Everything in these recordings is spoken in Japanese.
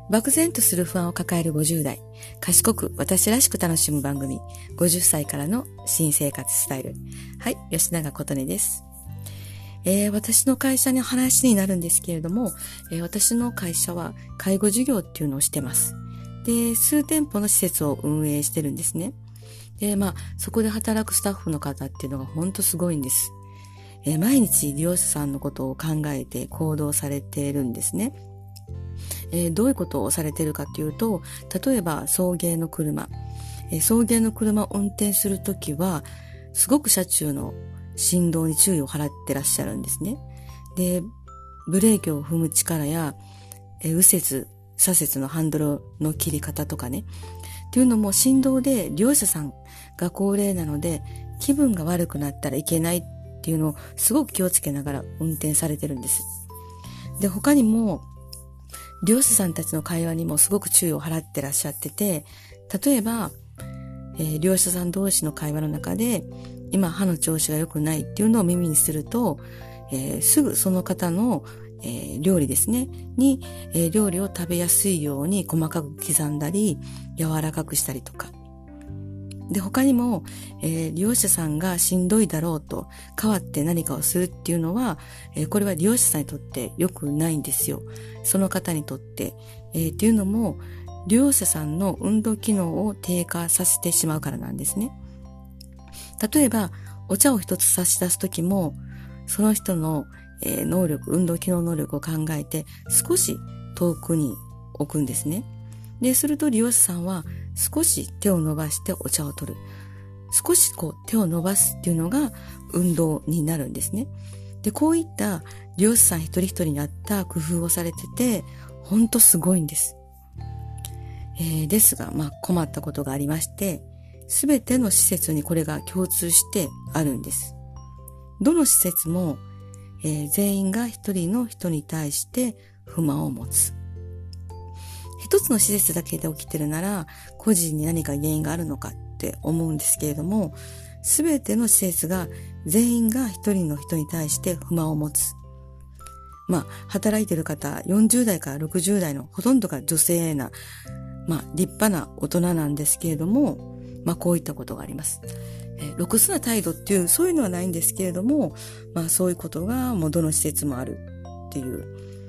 漠然とする不安を抱える50代、賢く私らしく楽しむ番組、50歳からの新生活スタイル。はい、吉永琴音です。私の会社の話になるんですけれども、私の会社は介護事業っていうのをしてます。で、数店舗の施設を運営してるんですね。で、そこで働くスタッフの方っていうのが本当すごいんです。毎日利用者さんのことを考えて行動されているんですね。どういうことをされているかというと、例えば送迎の車。送迎の車を運転するときは、すごく車中の振動に注意を払ってらっしゃるんですね。で、ブレーキを踏む力や、右折、左折のハンドルの切り方とかね。っていうのも振動で利用者さんが高齢なので、気分が悪くなったらいけないっていうのをすごく気をつけながら運転されてるんです。で、他にも、利用者さんたちの会話にもすごく注意を払ってらっしゃってて、例えば、利用者さん同士の会話の中で、今歯の調子が良くないっていうのを耳にすると、すぐその方の、料理ですね、に、料理を食べやすいように細かく刻んだり、柔らかくしたりとか。で、他にも、利用者さんがしんどいだろうと代わって何かをするっていうのは、これは利用者さんにとって良くないんですよ。その方にとって。っていうのも、利用者さんの運動機能を低下させてしまうからなんですね。例えば、お茶を一つ差し出すときも、その人の、能力、運動機能能力を考えて少し遠くに置くんですね。で、すると利用者さんは少し手を伸ばしてお茶を取る。少し手を伸ばすっていうのが運動になるんですね。で、こういった利用者さん一人一人に合った工夫をされてて、ほんとすごいんです。ですが、困ったことがありまして、すべての施設にこれが共通してあるんです。どの施設も、全員が一人の人に対して不満を持つ。一つの施設だけで起きてるなら、個人に何か原因があるのかって思うんですけれども、すべての施設が全員が一人の人に対して不満を持つ。働いてる方、40代から60代のほとんどが女性な、立派な大人なんですけれども、こういったことがあります。露骨な態度っていう、そういうのはないんですけれども、そういうことがもうどの施設もあるっていう。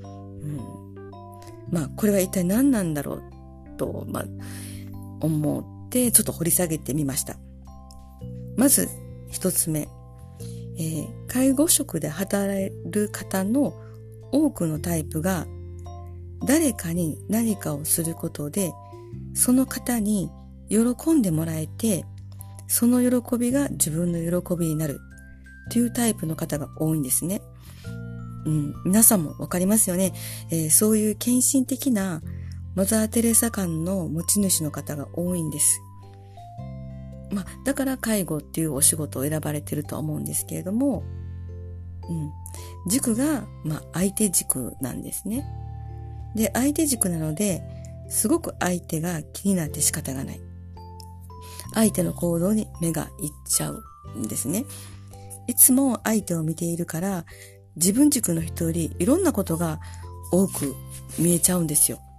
これは一体何なんだろうと、思ってちょっと掘り下げてみました。まず一つ目、介護職で働いる方の多くのタイプが誰かに何かをすることでその方に喜んでもらえてその喜びが自分の喜びになるというタイプの方が多いんですね。皆さんもわかりますよね。そういう献身的なマザー・テレサ感の持ち主の方が多いんです。だから介護っていうお仕事を選ばれてるとは思うんですけれども、軸が、相手軸なんですね。で、相手軸なので、すごく相手が気になって仕方がない。相手の行動に目がいっちゃうんですね。いつも相手を見ているから、自分軸の人よりいろんなことが多く見えちゃうんですよ。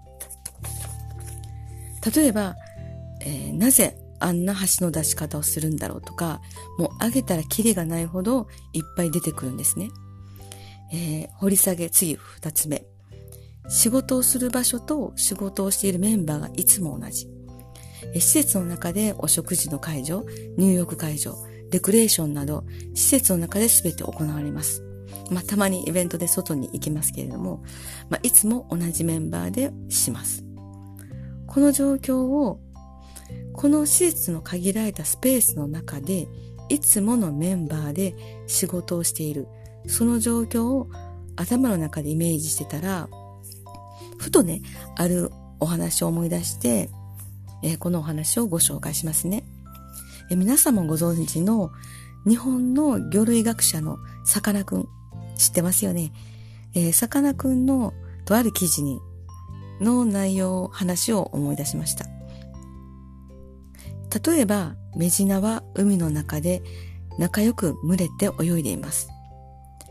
例えば、なぜあんな橋の出し方をするんだろうとか、もう上げたらキリがないほどいっぱい出てくるんですね。掘り下げ、次二つ目。仕事をする場所と仕事をしているメンバーがいつも同じ。施設の中でお食事の介助、入浴介助、レクレーションなど、施設の中で全て行われます。たまにイベントで外に行きますけれども、いつも同じメンバーでします。この状況を、この施設の限られたスペースの中で、いつものメンバーで仕事をしている。その状況を頭の中でイメージしてたら、ふとね、あるお話を思い出して、このお話をご紹介しますね。皆さんもご存知の日本の魚類学者のさかなクン、知ってますよね。さかなクンのとある記事の内容、話を思い出しました。例えば、メジナは海の中で仲良く群れて泳いでいます。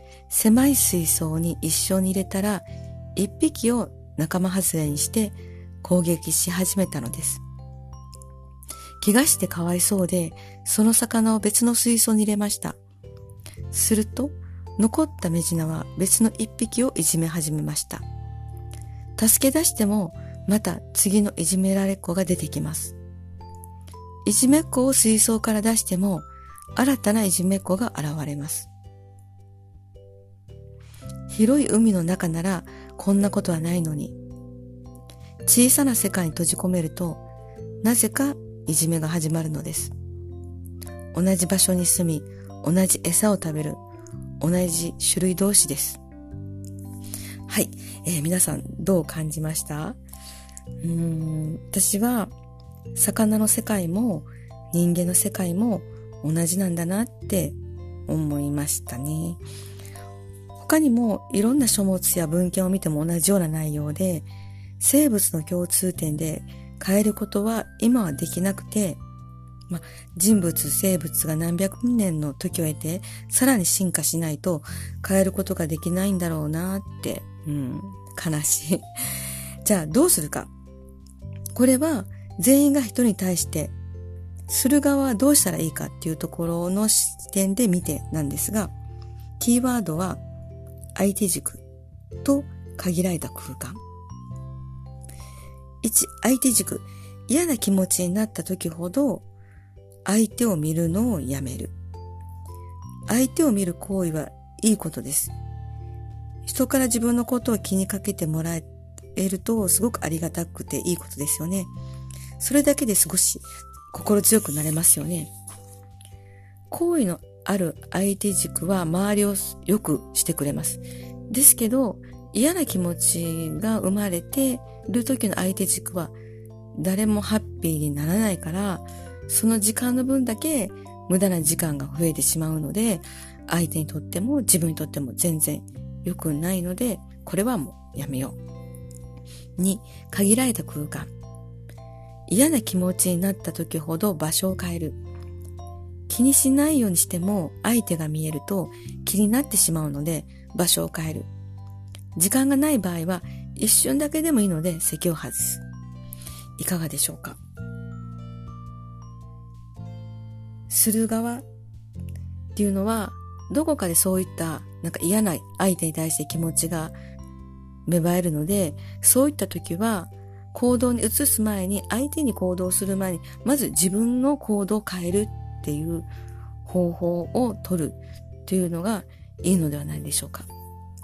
狭い水槽に一緒に入れたら、一匹を仲間外れにして攻撃し始めたのです。怪我してかわいそうで、その魚を別の水槽に入れました。すると、残ったメジナは別の一匹をいじめ始めました。助け出しても、また次のいじめられっ子が出てきます。いじめっ子を水槽から出しても、新たないじめっ子が現れます。広い海の中ならこんなことはないのに、小さな世界に閉じ込めると、なぜかいじめが始まるのです。同じ場所に住み、同じ餌を食べる、同じ種類同士です。はい、皆さんどう感じました？私は魚の世界も人間の世界も同じなんだなって思いましたね。他にもいろんな書物や文献を見ても同じような内容で、生物の共通点で変えることは今はできなくて、人物生物が何百年の時を経てさらに進化しないと変えることができないんだろうなって、悲しい。じゃあどうするか。これは全員が人に対してする側はどうしたらいいかっていうところの視点で見てなんですが、キーワードは相手軸と限られた空間。1、相手軸。嫌な気持ちになった時ほど相手を見るのをやめる。相手を見る行為はいいことです。人から自分のことを気にかけてもらえるとすごくありがたくていいことですよね。それだけで少し心強くなれますよね。好意のある相手軸は周りを良くしてくれます。ですけど、嫌な気持ちが生まれている時の相手軸は誰もハッピーにならないから、その時間の分だけ無駄な時間が増えてしまうので、相手にとっても自分にとっても全然良くないので、これはもうやめよう。2、限られた空間。嫌な気持ちになった時ほど場所を変える。気にしないようにしても相手が見えると気になってしまうので場所を変える。時間がない場合は一瞬だけでもいいので席を外す。いかがでしょうか？する側っていうのはどこかでそういった嫌な相手に対して気持ちが芽生えるので、そういった時は行動に移す前に、相手に行動する前にまず自分の行動を変えるっていう方法を取るっていうのがいいのではないでしょうか。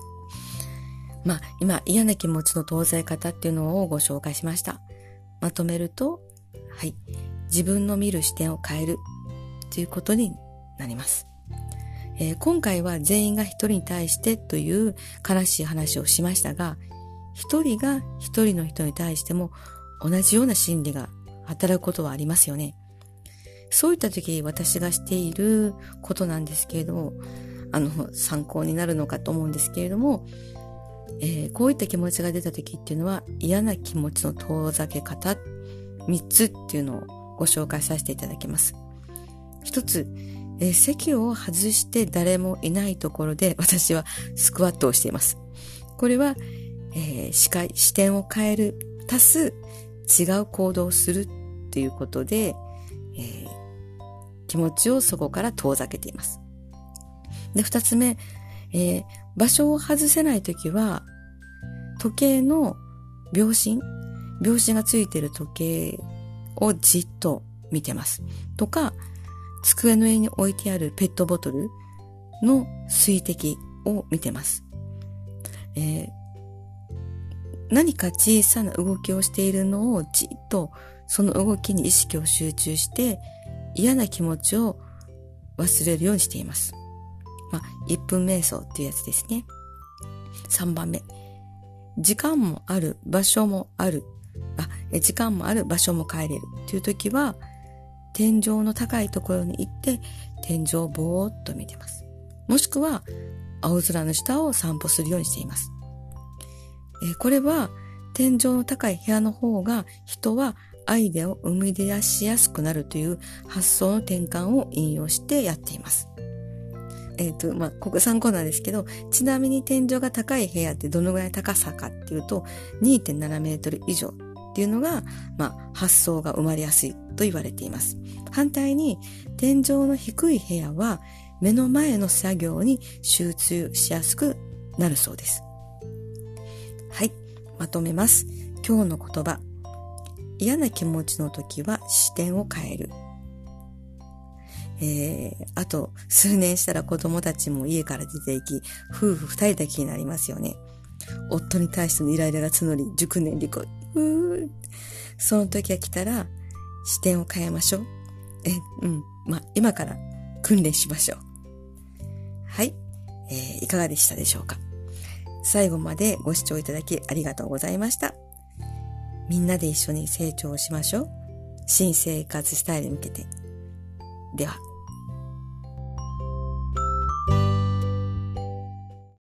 今嫌な気持ちの遠ざえ方っていうのをご紹介しました。まとめると、自分の見る視点を変えるということになります。今回は全員が一人に対してという悲しい話をしましたが、一人が一人の人に対しても同じような心理が働くことはありますよね。そういった時私がしていることなんですけれども、参考になるのかと思うんですけれども、こういった気持ちが出た時っていうのは嫌な気持ちの遠ざけ方3つっていうのをご紹介させていただきます。1つ、席を外して誰もいないところで私はスクワットをしています。これは、視点を変える足す違う行動をするっていうことで、気持ちをそこから遠ざけています。で、2つ目、場所を外せないときは時計の秒針がついている時計をじっと見てますとか、机の上に置いてあるペットボトルの水滴を見てます。何か小さな動きをしているのをじっとその動きに意識を集中して嫌な気持ちを忘れるようにしています。1分瞑想っていうやつですね。3番目。時間もある場所もある。時間もある場所も帰れるという時は、天井の高いところに行って天井をぼーっと見てます。もしくは青空の下を散歩するようにしています。これは天井の高い部屋の方が人はアイデアを生み出しやすくなるという発想の転換を引用してやっています。ここ参考なんですけど、ちなみに天井が高い部屋ってどのぐらい高さかっていうと 2.7 メートル以上ってっていうのが、発想が生まれやすいと言われています。反対に、天井の低い部屋は目の前の作業に集中しやすくなるそうです。はい、まとめます。今日の言葉。嫌な気持ちの時は視点を変える。あと数年したら子供たちも家から出て行き、夫婦二人だけになりますよね。夫に対してのイライラが募り、熟年離婚。その時が来たら視点を変えましょう。今から訓練しましょう。はい、いかがでしたでしょうか。最後までご視聴いただきありがとうございました。みんなで一緒に成長しましょう。新生活スタイルに向けて。では。